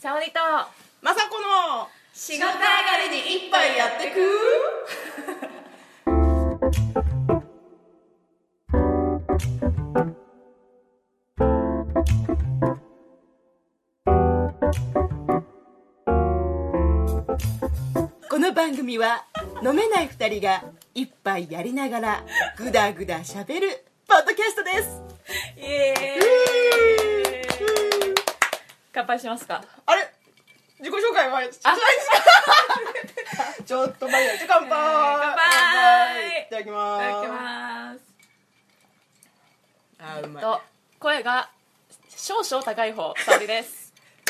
沙織とまさこの仕事上がりに一杯やってくこの番組は飲めない2人が一杯やりながらグダグダしゃべるポッドキャストです。 イエーイ乾杯しますか。 あれ自己紹介はしてないですかちょっと前に乾杯、 乾杯いただきます。 いただきます。 あーうまい。 声が少々高い方、沙織です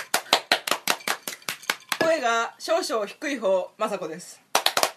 声が少々低い方まさこです。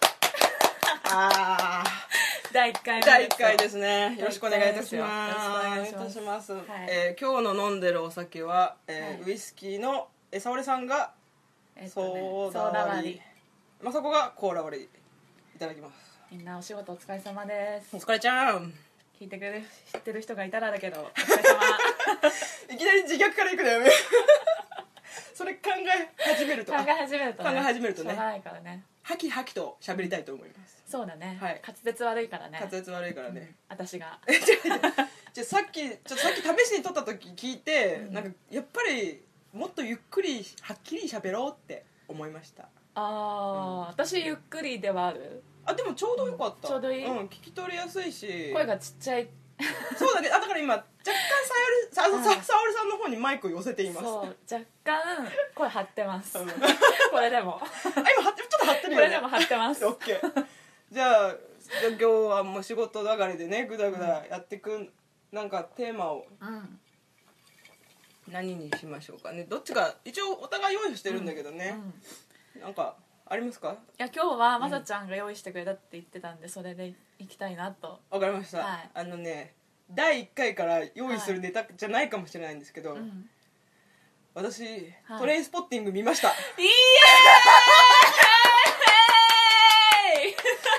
あー第1回目第1回ですね。よろしくお願いいたします。 よろしくお願いしますお願いいたします。 はい今日の飲んでるお酒は、 はいウイスキーの沙織さんがソーダ割り、まさこがコーラ割りいただきます。 みんなお仕事お疲れ様です。 お疲れちゃん。 聞いてくれる知ってる人がいたらだけどお疲れ様いきなり自虐からいくのやめそれ考え始めると考え始めるとね、 考え始めるとねしょうがないからね。 ハキハキと喋りたいと思います。 そうだね、 はい滑舌悪いからね。 滑舌悪いからね、 私がじゃあさっき試しに撮った時聞いて、なんかやっぱりもっとゆっくりはっきり喋ろうって思いました。 私ゆっくりではある。 あ、でもちょうどよかった、 ちょうどいい、 聞き取りやすいし声がちっちゃいそうだね。だから今若干沙織さんの方にマイクを寄せています。 そう若干声張ってますうんこれでも今ちょっと張ってるよね。 これでも張ってますオッケー。じゃあ今日はもう仕事流れでねグダグダやってくなんかテーマをうん何にしましょうかね。どっちか一応お互い用意してるんだけどね、なんかありますか。 いや今日はまさちゃんが用意してくれたって言ってたんで、それでいきたいなと。 わかりました、 はいあのね第1回から用意するネタじゃないかもしれないんですけど、私、トレインスポッティング見ました。 イエーイ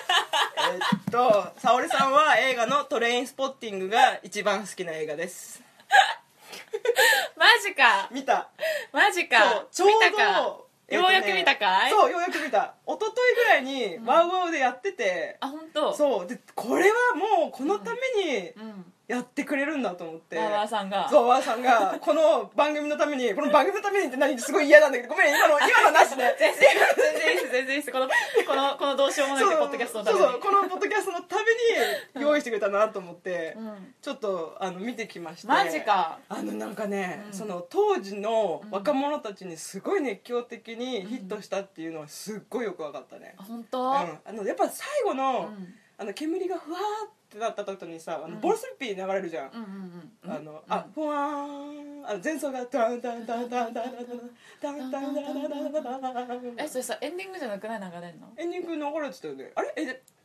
沙織さんは映画のトレインスポッティングが一番好きな映画です。 マジか見た。 マジか。 そうちょうど見たか、ようやく見たかい。 そうようやく見た。一昨日ぐらいにワウワウでやってて、 あ、本当。 そうでこれはもうこのためにやってくれるんだと思って、 ワーワーさんがそうワーさんがこの番組のためにこの番組のためにって何すごい嫌なんだけど、ごめん今のなしで全然いいです全然いいです。このどうしようもないポッドキャストのために。 そうこのポッドキャストのために用意してくれたなと思って、ちょっと見てきまして。 マジか。 なんかね、その当時の若者たちにすごい熱狂的にヒットしたっていうのはすっごいよく分かったね。 あ、本当。 やっぱ最後の、煙がふわーってなった時にさボルスリッピー流れるじゃん。ふわーん前奏がタンタンタンタンタンタンタンタンタンタンタンタン。 それさエンディングじゃなくない流れんの。 エンディング流れてたよね。あれ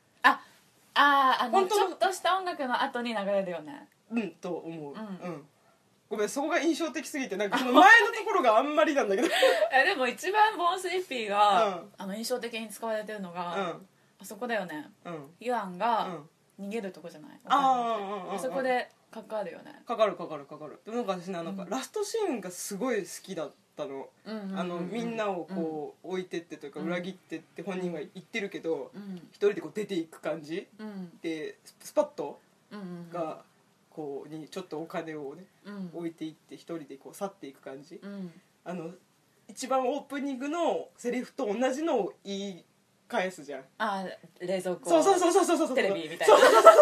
ちょっとした音楽の後に流れるよね。 と思う。ごめんそこが印象的すぎてなんかその前のところがあんまりなんだけどでも一番ボーンスリッピーが、印象的に使われてるのが、あそこだよね。ユアンが逃げるとこじゃない。あそこでかかるよね。 かかるでもなんか私なんかラストシーンがすごい好きだったの。みんなをこう置いてってというか裏切ってって本人は言ってるけど、一人でこう出ていく感じ、でスパッとがこうにちょっとお金をね、置いていって一人でこう去っていく感じ、一番オープニングのセリフと同じのを言い返すじゃん。 冷蔵庫そうテレビみたいな。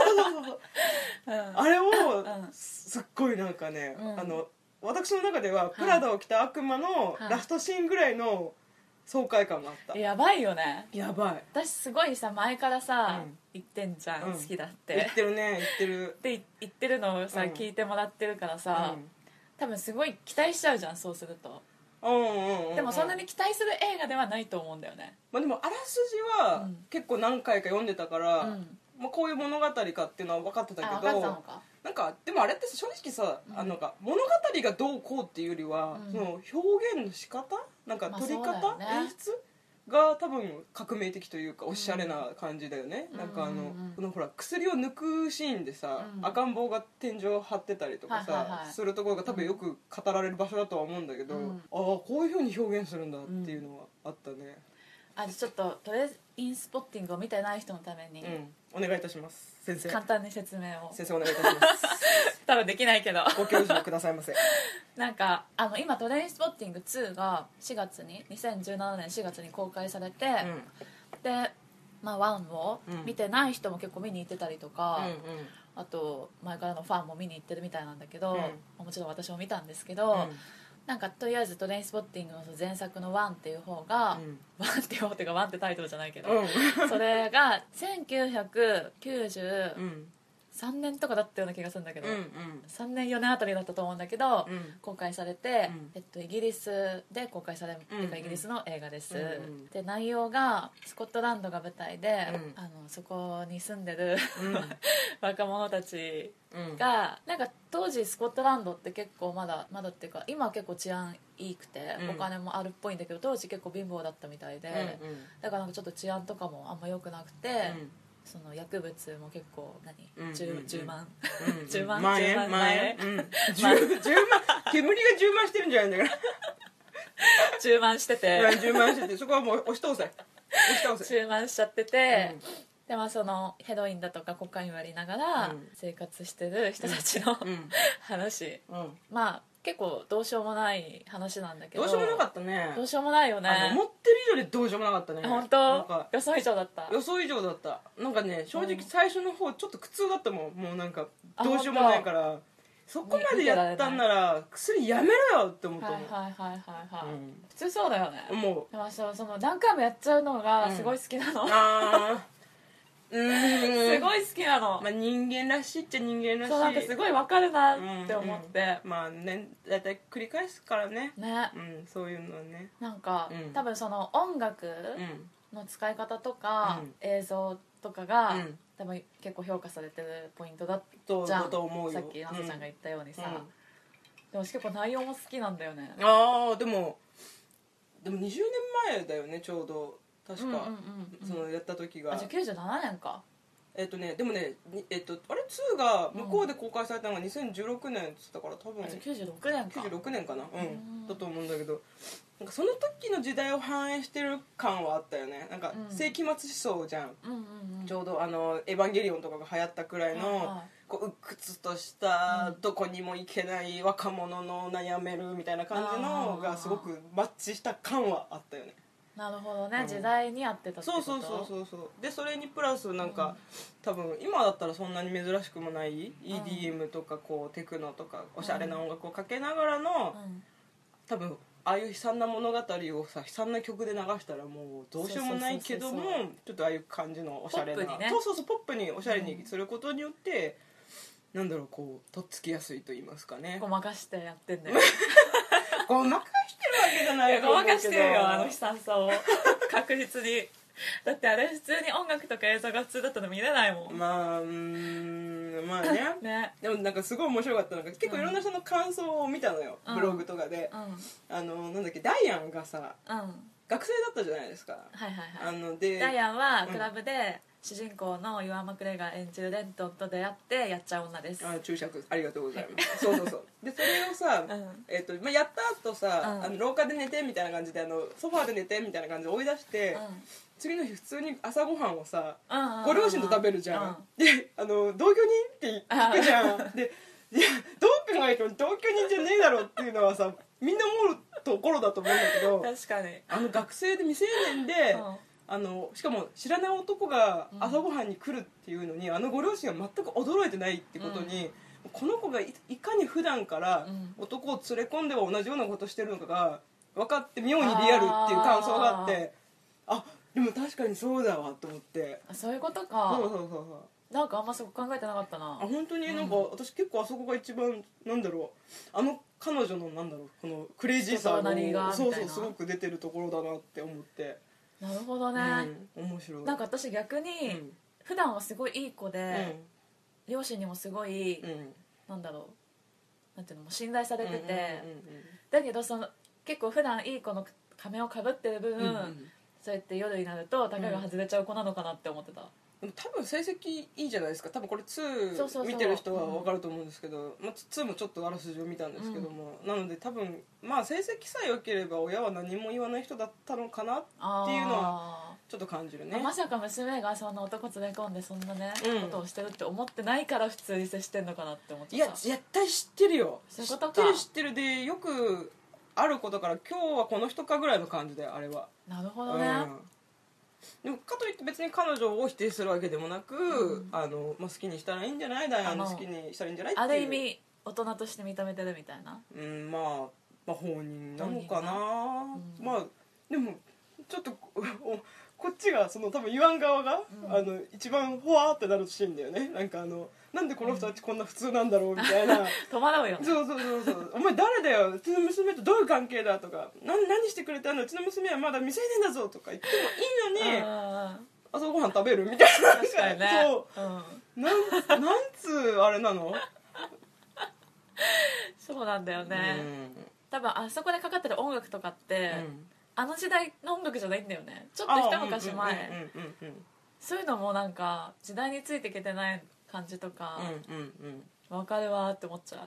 あれをすっごいなんかね、私の中ではプラダを着た悪魔のラストシーンぐらいの爽快感があった。 やばいよね。 やばい。 私すごいさ前からさ、言ってんじゃん、好きだって言ってるね言ってるで言ってるのをさ、聞いてもらってるからさ、多分すごい期待しちゃうじゃんそうすると。でもそんなに期待する映画ではないと思うんだよね。 でもあらすじは結構何回か読んでたから、こういう物語かっていうのは分かってたけど、 分かってたのか。 なんかでもあれって正直さ、なんか物語がどうこうっていうよりは、その表現の仕方なんか撮り方、演出が多分革命的というかおしゃれな感じだよね、なんかこのほら薬を抜くシーンでさ、赤ん坊が天井張ってたりとかさ、するところが多分よく語られる場所だとは思うんだけど、ああこういう風に表現するんだっていうのはあったね。 ちょっとトレインスポッティングを見てない人のために、 お願いいたします先生。 簡単に説明を先生お願いいたします多分できないけどご教授くださいませ。 なんか今トレインスポッティング2が2017年4月に公開されて、で、1を見てない人も結構見に行ってたりとか、あと前からのファンも見に行ってるみたいなんだけど、もちろん私も見たんですけど、なんかとりあえずトレインスポッティングの前作の1っていう方が、1っていう方っていうか1ってタイトルじゃないけど、それが1993年とかだったような気がするんだけど、3年4年あたりだったと思うんだけど、公開されて、イギリスで公開される、イギリスの映画です、で内容がスコットランドが舞台で、そこに住んでる、若者たちが、なんか当時スコットランドって結構まだっていうか今は結構治安いいくて、お金もあるっぽいんだけど当時結構貧乏だったみたいで、だからなんかちょっと治安とかもあんま良くなくて、その薬物も結構10万10万万円10万煙が充満してるんじゃないんだから充満してて充満してて、そこはもう押し通せ充満しちゃってて、でそのヘロインだとかコカインをやりながら生活してる人たちの話、結構どうしようもない話なんだけど、 どうしようもなかったね。 どうしようもないよね。 思ってる以上にどうしようもなかったね。 本当予想以上だった。 予想以上だった。なんかね、正直最初の方ちょっと苦痛だったもん。もうなんかどうしようもないから、そこまでやったんなら薬やめろよって思ったもん。普通そうだよね。思う。でもその何回もやっちゃうのがすごい好きなの。すごい好きなの。 人間らしいっちゃ人間らしい。 そう、なんかすごいわかるなって思って、 だいたい繰り返すからね。そういうのはね。 なんか多分その音楽の使い方とか映像とかが多分結構評価されてるポイントだったじゃん。さっきナソちゃんが言ったようにさ。でも結構内容も好きなんだよね。 でも20年前だよね、ちょうど。確かそのやった時が。 じゃあ97年か。 でもね、あれ2が向こうで公開されたのが2016年って言ったから多分96年かな、だと思うんだけど、なんかその時の時代を反映してる感はあったよね。なんか世紀末思想じゃん、ちょうどエヴァンゲリオンとかが流行ったくらいのこう鬱屈としたどこにも行けない若者の悩めるみたいな感じのがすごくマッチした感はあったよね。 なるほどね、時代に合ってたってこと。 そうで、それにプラスなんか、多分今だったらそんなに珍しくもない EDM とかこうテクノとかおしゃれな音楽をかけながらの、多分ああいう悲惨な物語をさ、悲惨な曲で流したらもうどうしようもないけども、ちょっとああいう感じのおしゃれなポップにね、ポップにおしゃれにすることによって、なんだろう、こうとっつきやすいと言いますかね。 ごまかしてやってんだよごまかしてるわけじゃないと思うけど、ごまかしてるよ、悲惨さを確実に。だってあれ普通に音楽とか映像が普通だったの見れないもん。 まあねでもなんかすごい面白かったのが、結構いろんな人の感想を見たのよ、ブログとかで。なんだっけ、ダイアンがさ、学生だったじゃないですか。 でダイアンはクラブで主人公のユアン・マクレガー演じるレントンと出会ってやっちゃう女です。 注釈ありがとうございますそうでそれをさ、やった後さ、廊下で寝てみたいな感じでソファーで寝てみたいな感じで追い出して、次の日普通に朝ごはんをさ、ご両親と食べるじゃん。で同居人って聞くじゃん。でいやどう考えても同居人じゃねえだろっていうのはさ、みんな思うところだと思うんだけど、 確かに学生で未成年で、しかも知らない男が朝ごはんに来るっていうのに、ご両親は全く驚いてないってことに、この子が いかに普段から男を連れ込んでは同じようなことしてるのかが分かって妙にリアルっていう感想があって、でも確かにそうだわと思って。 そういうことか。 そうなんかあんまそこ考えてなかったな。 本当になんか、私結構あそこが一番なんだろう、彼女のなんだろう、このクレイジーさがすごく出てるところだなって思って。 なるほどね、 面白い。 なんか私逆に、普段はすごいいい子で、両親にもすごい、なんだろう、なんていうのも信頼されてて、だけど結構普段いい子の仮面をかぶってる分、 そうやって夜になるとたかが外れちゃう子なのかなって思ってた、 でも多分成績いいじゃないですか。多分これ2 そうそうそう見てる人は分かると思うんですけど、まあ、2もちょっとあらすじを見たんですけども、なので多分まあ成績さえ良ければ親は何も言わない人だったのかなっていうのはちょっと感じるね。 まさか娘がそんな男連れ込んでそんなね、ことをしてるって思ってないから普通に接してんのかなって思っていや絶対知ってるよ。 そういうことか。 知ってるで、よくあることから今日はこの人かぐらいの感じだよあれは。 なるほどね、 でもかといって別に彼女を否定するわけでもなく、まあ、好きにしたらいいんじゃない、ダイアンの好きにしたらいいんじゃないっていう、 ある意味大人として認めてるみたいな、 まあ本人なのかな、まあでもちょっとこっちがその多分言わん側が、一番ホワーってなるシーンだよね。なんかなんでこの人たちこんな普通なんだろうみたいな戸惑うよね。 そうお前誰だよ、うちの娘とどういう関係だとか、何してくれたんだ、うちの娘はまだ未成年だぞとか言ってもいいのに朝ごはん食べるみたいな。 確かにね。 そう、なんつうあれなのそうなんだよね、多分あそこでかかってる音楽とかって、あの時代の音楽じゃないんだよね。ちょっと一昔前、そういうのもなんか時代についていけてない感じとか、分かるわって思っちゃう。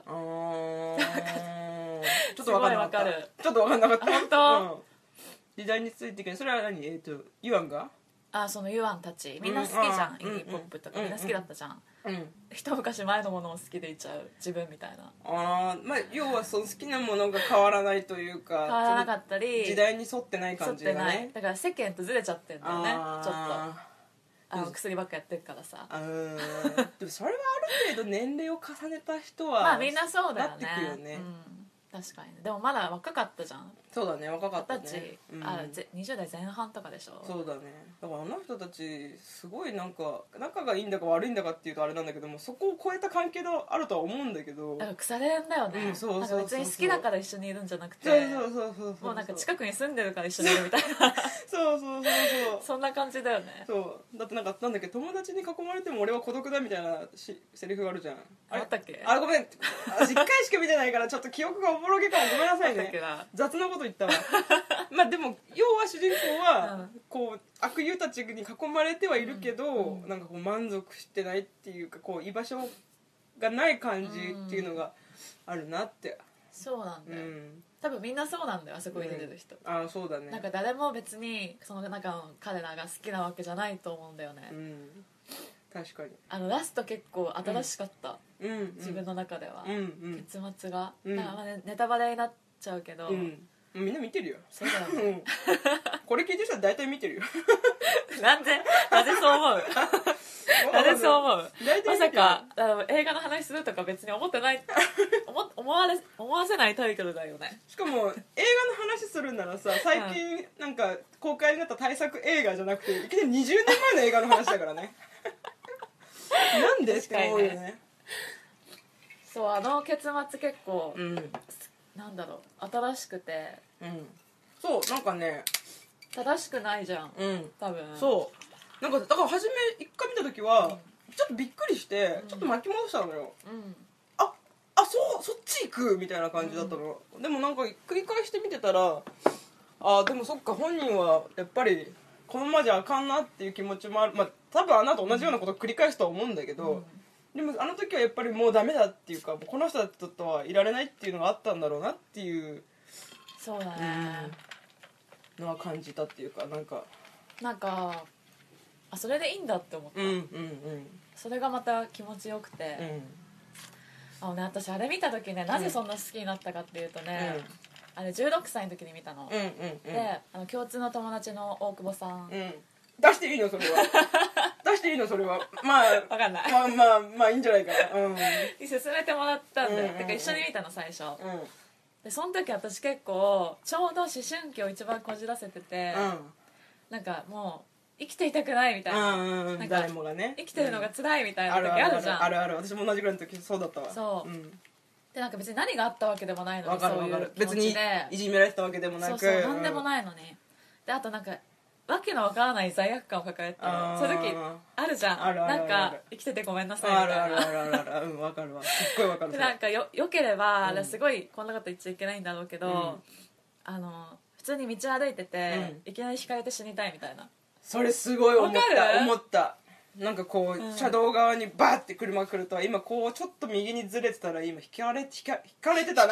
ちょっと分かんなかった。ちょっと分かんなかった。 本当、 時代についていけない。それは何、ユアンがそのユアンたちみんな好きじゃん、イギーポップとかみんな好きだったじゃん、一昔前のものを好きでいちゃう自分みたいな。 まあ要はその好きなものが変わらないというか、 変わらなかったり時代に沿ってない感じがね。 だから世間とずれちゃってんだよね、ちょっと薬ばっかやってるからさ。 でもそれはある程度年齢を重ねた人はまあみんなそうだよね、 なってくよね、 確かに。でもまだ若かったじゃん。 そうだね、若かったね。 20歳、20代前半とかでしょ。 そうだね。だからあの人たちすごいなんか仲がいいんだか悪いんだかっていうとあれなんだけども、そこを超えた関係があるとは思うんだけど、 だから腐れんだよね、 そうなんか別に好きだから一緒にいるんじゃなくて、 そうもうなんか近くに住んでるから一緒にいるみたいなそうそんな感じだよね。 そうだってなんだっけ、友達に囲まれても俺は孤独だみたいなセリフがあるじゃん。 あったっけ。 ごめん、1回しか見てないからちょっと記憶がおぼろげかも、ごめんなさいね。雑なこと言ったわまあでも要は主人公はこう悪友たちに囲まれてはいるけど、なんかこう満足してないっていうか、こう居場所がない感じっていうのがあるなって。 そうなんだよ、多分みんなそうなんだよ、あそこに出てる人、 そうだね。 なんか誰も別にその中の彼らが好きなわけじゃないと思うんだよね、 確かにラスト結構新しかった、自分の中では、結末が、だからネタバレになっちゃうけど、みんな見てるよ。 そうだよねこれ聞いてる人は大体見てるよなんでそう思うなんでそう思うまさか映画の話するとか別に思ってない思わせないタイトルだよね。 しかも映画の話するならさ、最近なんか公開になった大作映画じゃなくていきなり20年前の映画の話だからねなんでって思うよね。 そう結末結構、なんだろう、新しくて、 そうなんかね正しくないじゃん、多分。 そうなんかだから初め一回見た時は、ちょっとびっくりして、ちょっと巻き戻したのよ、そっち行くみたいな感じだったの、でもなんか繰り返して見てたら、でもそっか、本人はやっぱりこのままじゃあかんなっていう気持ちもある。まあ多分あなたと同じようなことを繰り返すとは思うんだけど、でもあの時はやっぱりもうダメだっていうか、この人たちとはいられないっていうのがあったんだろうなっていう、 そうだね、 のは感じたっていうか、 なんかそれでいいんだって思った、それがまた気持ちよくて、私あれ見た時ね、なぜそんな好きになったかっていうとね、あれ16歳の時に見たの、で共通の友達の大久保さん、 出していいのそれは出していいのそれは、まあ分かんない、 まあいいんじゃないかな、 に勧めてもらったんだよ、だから一緒に見たの最初、でその時私結構ちょうど思春期を一番こじらせてて、なんかもう生きていたくないみたいな、なんか誰もがね生きてるのが辛いみたいな時あるじゃん、 ある私も同じぐらいの時そうだったわ。 そう、でなんか別に何があったわけでもないのに、 そういう気持ちで別にいじめられてたわけでもなく、 なんでもないのに、であとなんかわけのわからない罪悪感を抱えて、そういう時あるじゃん、なんか生きててごめんなさいみたいな、 わかるわ、すっごいわかる。 でなんかよければ、すごいこんなこと言っちゃいけないんだろうけど、普通に道歩いてて、いきなり引かれて死にたいみたいな。 それすごい思ったなんかこう、 うん、 車道側にバーって車来ると今こうちょっと右にずれてたら今引かれてたな引かれてた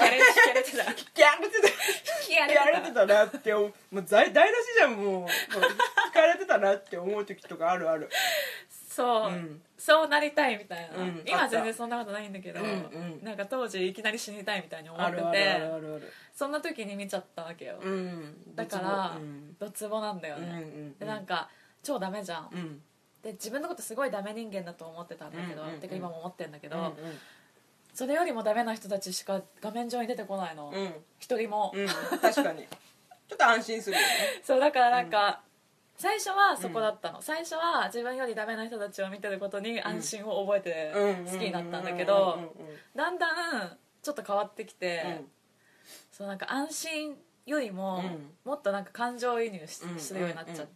なってもう台無しじゃんもう引かれてたなって思う時とかあるある。 そう、そうなりたいみたいな、今全然そんなことないんだけど、なんか当時いきなり死にたいみたいに思ってて、そんな時に見ちゃったわけよ、だからドツボなんだよね、でなんか超ダメじゃん、で自分のことすごいダメ人間だと思ってたんだけど、てか今も思ってんだけど、それよりもダメな人たちしか画面上に出てこないの、一人も、 確かにちょっと安心するよね。 そうだからなんか、最初はそこだったの、最初は自分よりダメな人たちを見てることに安心を覚えて好きになったんだけど、だんだんちょっと変わってきて、そうなんか安心よりももっとなんか感情移入するようになっちゃって、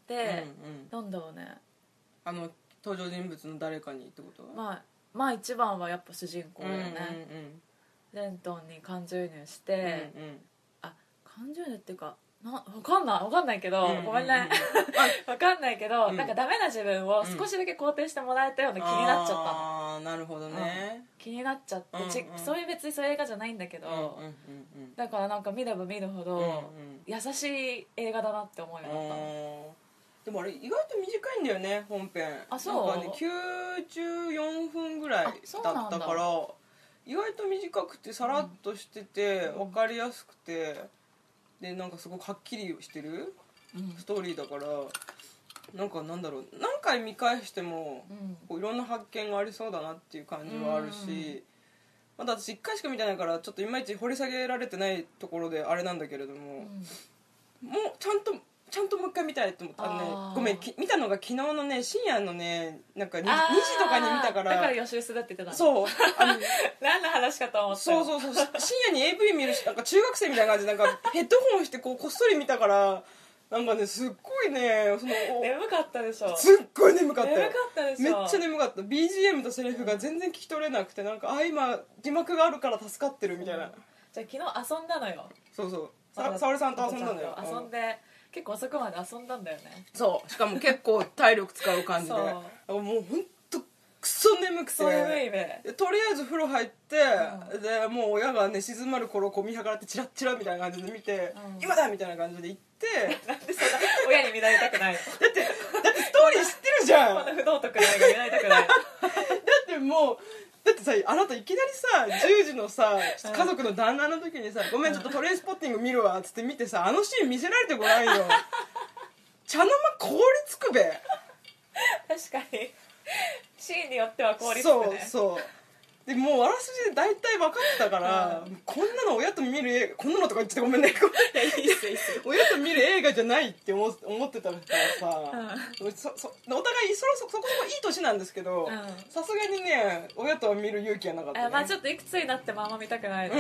なんだろうね、 登場人物の誰かにってことはまあ一番はやっぱ主人公だよね、レントンに感情移入して、あ、感情移入っていうかわかんないけど、ごめんねわかんないけど、なんかダメな自分を少しだけ肯定してもらえたような気になっちゃったの。 ああ、なるほどね、 気になっちゃって、そういう別にそういう映画じゃないんだけど、だからなんか見れば見るほど優しい映画だなって思うようになったの。 でもあれ意外と短いんだよね本編。 あ、そうなんかね94分ぐらいだったから意外と短くてさらっとしてて分かりやすくて、でなんかすごくはっきりしてるストーリーだから、なんかなんだろう、何回見返してもこういろんな発見がありそうだなっていう感じはあるし、まだ私1回しか見てないからちょっといまいち掘り下げられてないところであれなんだけれども、もうちゃんともう一回見たいと思ったね。ごめん、見たのが昨日のね深夜のねなんか 2時とかに見たから、 だから予習するって言ってたの。 そう何の話かと思った。 そう深夜に AV 見るし、なんか中学生みたいな感じでなんかヘッドホンしてこっそり見たから、なんかねすっごいね眠かったでしょ。 すっごい眠かったよ。 眠かったでしょ。 めっちゃ眠かった。 BGM とセリフが全然聞き取れなくて、なんか今字幕があるから助かってるみたいな、 じゃあ昨日遊んだのよ。 そう沙織さんと遊んだのよ。 遊んで結構遅くまで遊んだんだよね。 そうしかも結構体力使う感じでもうほんとクソ眠くて、とりあえず風呂入って、でもう親がね静まる頃こう見計らってチラッチラみたいな感じで見て、今だみたいな感じで行ってなんでそんな親に見られたくないのだってストーリー知ってるじゃんこんな不道徳な映画見られたくないだってもうだってさ、あなたいきなりさ10時のさ家族の団らんの時にさ、ごめんちょっとトレインスポッティング見るわっつって見てさ、あのシーン見せられてごらんよ茶の間凍りつくべ確かにシーンによっては凍りつくね。 そうでもうあらすじで大体分かってたから、こんなの親と見る映画、こんなのとか言ってごめんね親と見る映画じゃないって思ってたからさ、お互いそこそこいい年なんですけど、さすがにね親とは見る勇気はなかったね。 まあちょっといくつになってもあんま見たくない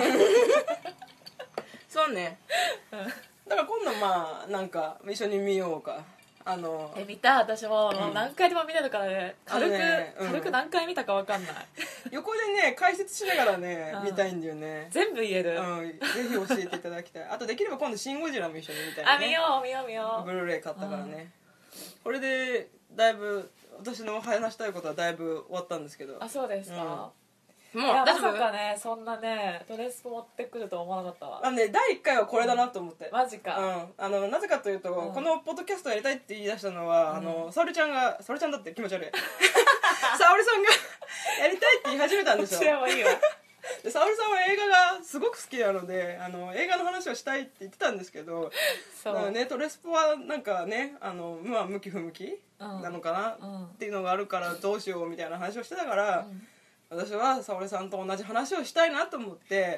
そうね、だから今度まあなんか一緒に見ようか。 見た私も何回でも見れるからね、軽く何回見たか分かんない横でね解説しながらね、見たいんだよね。 全部言える、 ぜひ教えていただきたい。あとできれば今度シン・ゴジラも一緒に見たいね。 見ようブルーレイ買ったからね、これでだいぶ私の話したいことはだいぶ終わったんですけど。 そうですか、 もうまさかねそんなねドレス持ってくるとは思わなかったわ。 第1回はこれだなと思って、 マジか。 なぜかというと、このポッドキャストやりたいって言い出したのは、沙織ちゃんだって気持ち悪い沙織さんがやりたいって言い始めたんですよ。 どちらもいいわで沙織さんは映画がすごく好きなので映画の話をしたいって言ってたんですけど、そうね、トレスポはなんかねまあ向き不向きなのかなっていうのがあるからどうしようみたいな話をしてたから、私は沙織さんと同じ話をしたいなと思って。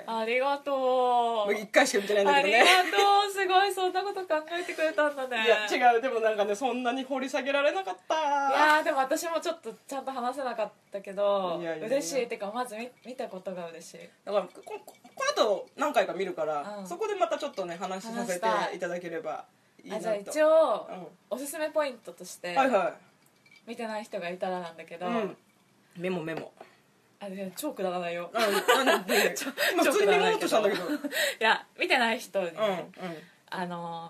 ありがとう。 1回しか見てないんだけどね。 ありがとう。すごいそんなこと考えてくれたんだね。 いや違う、でもなんかねそんなに掘り下げられなかった。 いやでも私もちょっとちゃんと話せなかったけど、嬉しいってかまず見たことが嬉しい。だからこの後何回か見るから、そこでまたちょっとね話させていただければいいなと。 じゃあ一応、おすすめポイントとして、見てない人がいたらなんだけど、 メモ超くだらないよ普通にメモとしたんだけどいや見てない人に、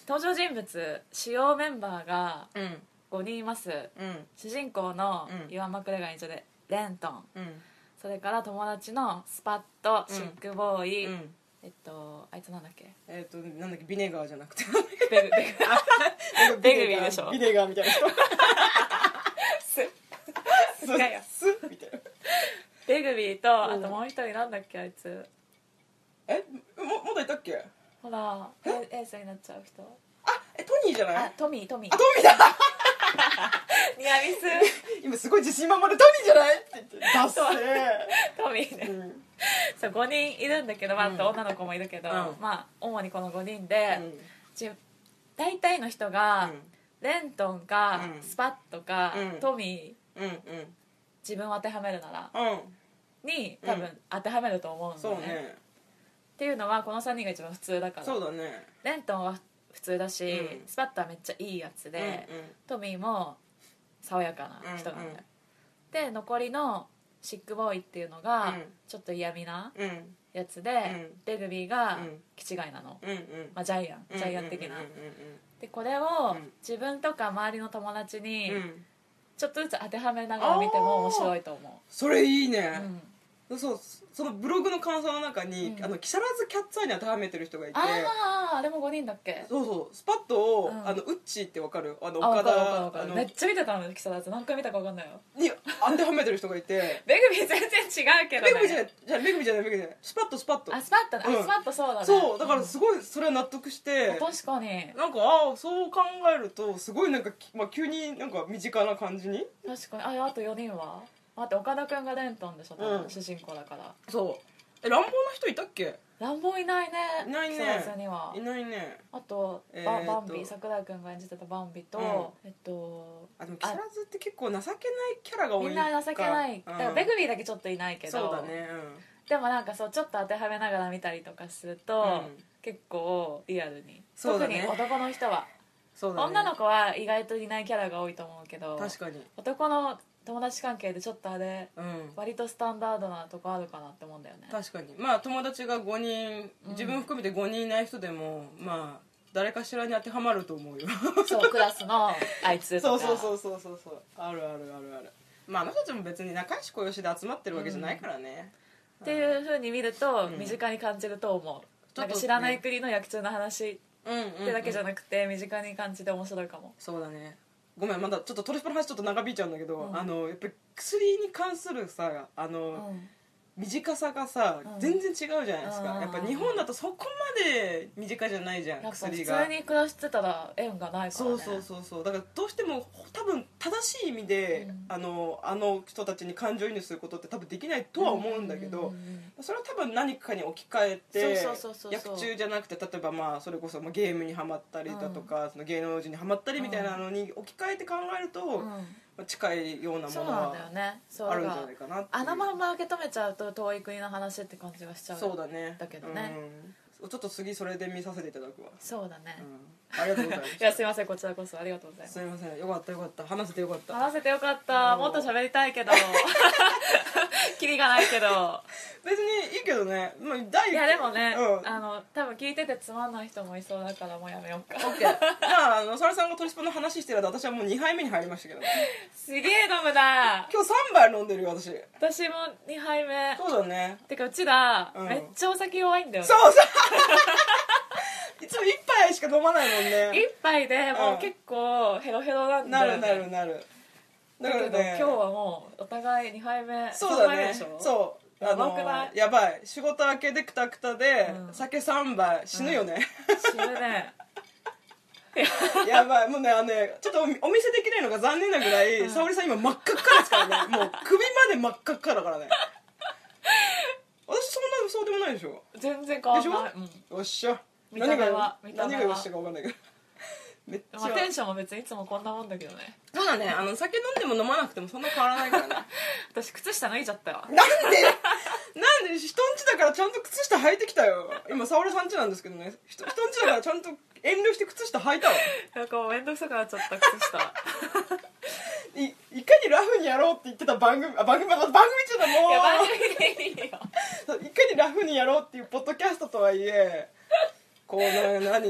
登場人物主要メンバーがうん 5人います、 うん主人公のうんイワン・マクレガー演じるレントン、 うんそれから友達のスパット、 うんシックボーイ、 うんあいつなんだっけ、 なんだっけビネガーじゃなくてベグベグビーでしょビネガーみたいな人スそういやいやスみたいなベグビーとあともう一人なんだっけあいつ、 まだいたっけほらエースになっちゃう人、 トニーじゃないあトミートミーだニアミス今すごい自信満々でトニーじゃないって言って出せトミーね、そう5人いるんだけど、あと女の子もいるけど、まあ主にこの5人で、大体の人が、レントンか、スパットか、トミー、自分を当てはめるなら、に多分当てはめると思うんだよね、っていうのはこの3人が一番普通だから。 そうだね。 レントンは普通だし、スパットはめっちゃいいやつで、トミーも爽やかな人なんだよ、で残りのシックボーイっていうのがちょっと嫌味なやつで、ベグビーが気違いなの、まあ、ジャイアン的な、でこれを自分とか周りの友達にちょっとずつ当てはめながら見ても面白いと思う。 それいいね、そうそのブログの感想の中に、木更津キャッツアイに当てはめてる人がいて、 あれも5人だっけ。 そうスパッとを、ウッチーってわかる、岡田めっちゃ見てたの木更津、何回見たか分かんないよに当てはめてる人がいてベグビー全然違うけどね。 ベグビーじゃないスパットスパットね、スパットそうだね。 そうだからすごいそれは納得して、 確かになんかそう考えるとすごいなんか、急になんか身近な感じに。 確かに。あと4人は待って、岡田君がレントンでしょ、主人公だから。 そう乱暴な人いたっけ。 乱暴いないね。 いないね。 木更津にはいないね。 あと、バンビ、桜井君が演じてたバンビと、でも木更津って結構情けないキャラが多いか。 みんな情けない、だからベグビーだけちょっといないけど。 そうだね、 でもなんかそうちょっと当てはめながら見たりとかすると、結構リアルに、特に男の人は。そうだね、女の子は意外といないキャラが多いと思うけど、 確かに男の友達関係でちょっと割とスタンダードなとこあるかなって思うんだよね。 確かに。まあ友達が5人、自分含めて5人いない人でも、まあ誰かしらに当てはまると思うよ。 そうクラスのあいつとかそうある。まああの人たちも別に仲良し小良しで集まってるわけじゃないからね、 っていう風に見ると身近に感じると思う、なんか知らない国の薬中の話ってだけじゃなくて身近に感じて面白いかも。 そうだね。ごめん、まだちょっとトレスポの話ちょっと長引いちゃうんだけど、やっぱり薬に関するさ短さがさ、全然違うじゃないですか。やっぱ日本だとそこまで身近じゃないじゃん、薬が。 普通に暮らしてたら縁がないからね。 そうだからどうしても多分正しい意味で、あの人たちに感情移入することって多分できないとは思うんだけど、それは多分何かに置き換えて、薬中じゃなくて例えばまあそれこそゲームにはまったりだとか、その芸能人にはまったりみたいなのに置き換えて考えると、近いようなものはあるんじゃないかなっていう。 あのまま受け止めちゃうと遠い国の話って感じがしちゃう。 そうだね。 だけどね、 ちょっと次それで見させていただくわ。 そうだね、 ありがとうございます。 いやすいません、こちらこそありがとうございます。 すいません、よかった話せてよかった。 話せてよかった。もっと喋りたいけどキリがないけど別にいいけどね、まあ、 いやでもね、多分聞いててつまんない人もいそうだからもうやめようか。 OK まあそらさんがトリスポの話してる間私はもう2杯目に入りましたけど、 すげえ飲むな。 今日3杯飲んでるよ私も2杯目。 そうだね。 てかうちら、めっちゃお酒弱いんだよね。 そういつも1杯しか飲まないもんね。 1杯でもう結構ヘロヘロなんだよね。 なるだけど、今日はもうお互い2杯目。 そうだね。そうやばくない？ やばい。仕事明けでクタクタで、酒3杯死ぬよね。 死ぬね。 やばい。もうねちょっとお見せできないのが残念なぐらい、沙織さん今真っ赤っかですからね。もう首まで真っ赤っかだからね。私そうでもないでしょ。 全然変わんない。 よっしゃ。何がよっしゃか分かんないけど。めっちゃテンションも別にいつもこんなもんだけどね。 そうだね。酒飲んでも飲まなくてもそんな変わらないからね。 私靴下脱いじゃったわ。 なんで人んちだからちゃんと靴下履いてきたよ。今沙織さんちなんですけどね、人んちだからちゃんと遠慮して靴下履いたわ。 なんかもうめんどくさくなっちゃった靴下いかにラフにやろうって言ってた番組っていうのもう、 いや番組でいいよ。 いかにラフにやろうっていうポッドキャストとはいえ、こう何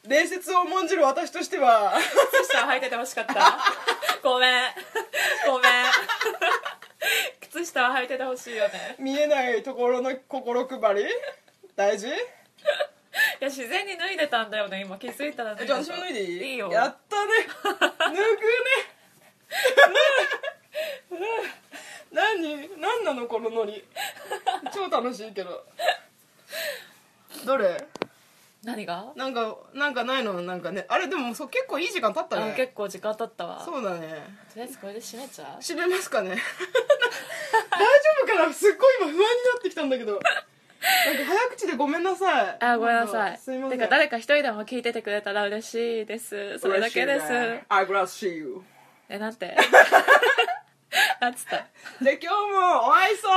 礼節を重んじる私としては靴下は履いててほしかったごめん靴下は履いててほしいよね。 見えないところの心配り大事。 いや自然に脱いでたんだよね、今気づいたら脱いでた。 じゃあ私も脱いでいい？ いいよ。 やったね脱ぐね何なのこのノリ超楽しいけど。どれ？ 何が？ なんかないの？なんかね、あれでもそう結構いい時間経ったね。 結構時間経ったわ。 そうだね。 とりあえずこれで閉めちゃう？ 閉めますかね大丈夫かな。すっごい今不安になってきたんだけどなんか早口でごめんなさい。 ごめんなさい。 すいません。 てか誰か一人でも聞いててくれたら嬉しいです。それだけです。 I will see you。 なんてなんつった？ で今日もお会いそう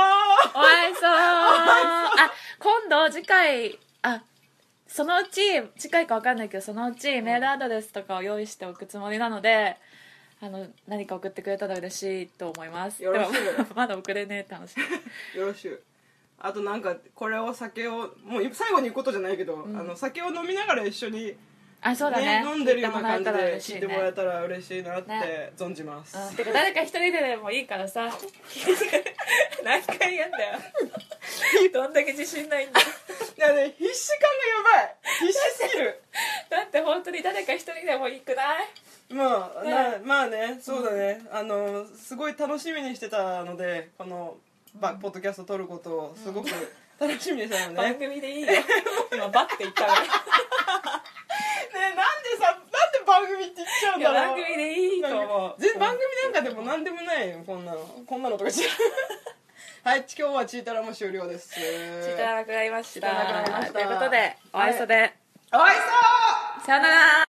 今度次回そのうち次回か分かんないけどそのうちメールアドレスとかを用意しておくつもりなので何か送ってくれたら嬉しいと思います。 よろしでもまだ送れねえって話よろしゅう。あとなんかこれを酒をもう最後に言うことじゃないけど、酒を飲みながら一緒にそうだね、 飲んでるような感じで聞いてもらえたら嬉しいなって存じます、 てか誰か一人でもいいからさ何回言うんだよどんだけ自信ないんだよいやね、必死感がやばい。必死すぎるだって本当に誰か一人でもいいくない？ まあね、そうだね、すごい楽しみにしてたのでこのポッドキャスト撮ることをすごく楽しみにしてたので、 番組でいいよ今バッて言ったらねえ、なんで番組って言っちゃうんだろう。 番組でいいと思う。 番組なんかでもなんでもないよ、こんなのとかしはい、今日はチータラも終了です。 チータラなくなりました。 チータラなくなりました。 ということでお愛想でお会いそう。 さよなら。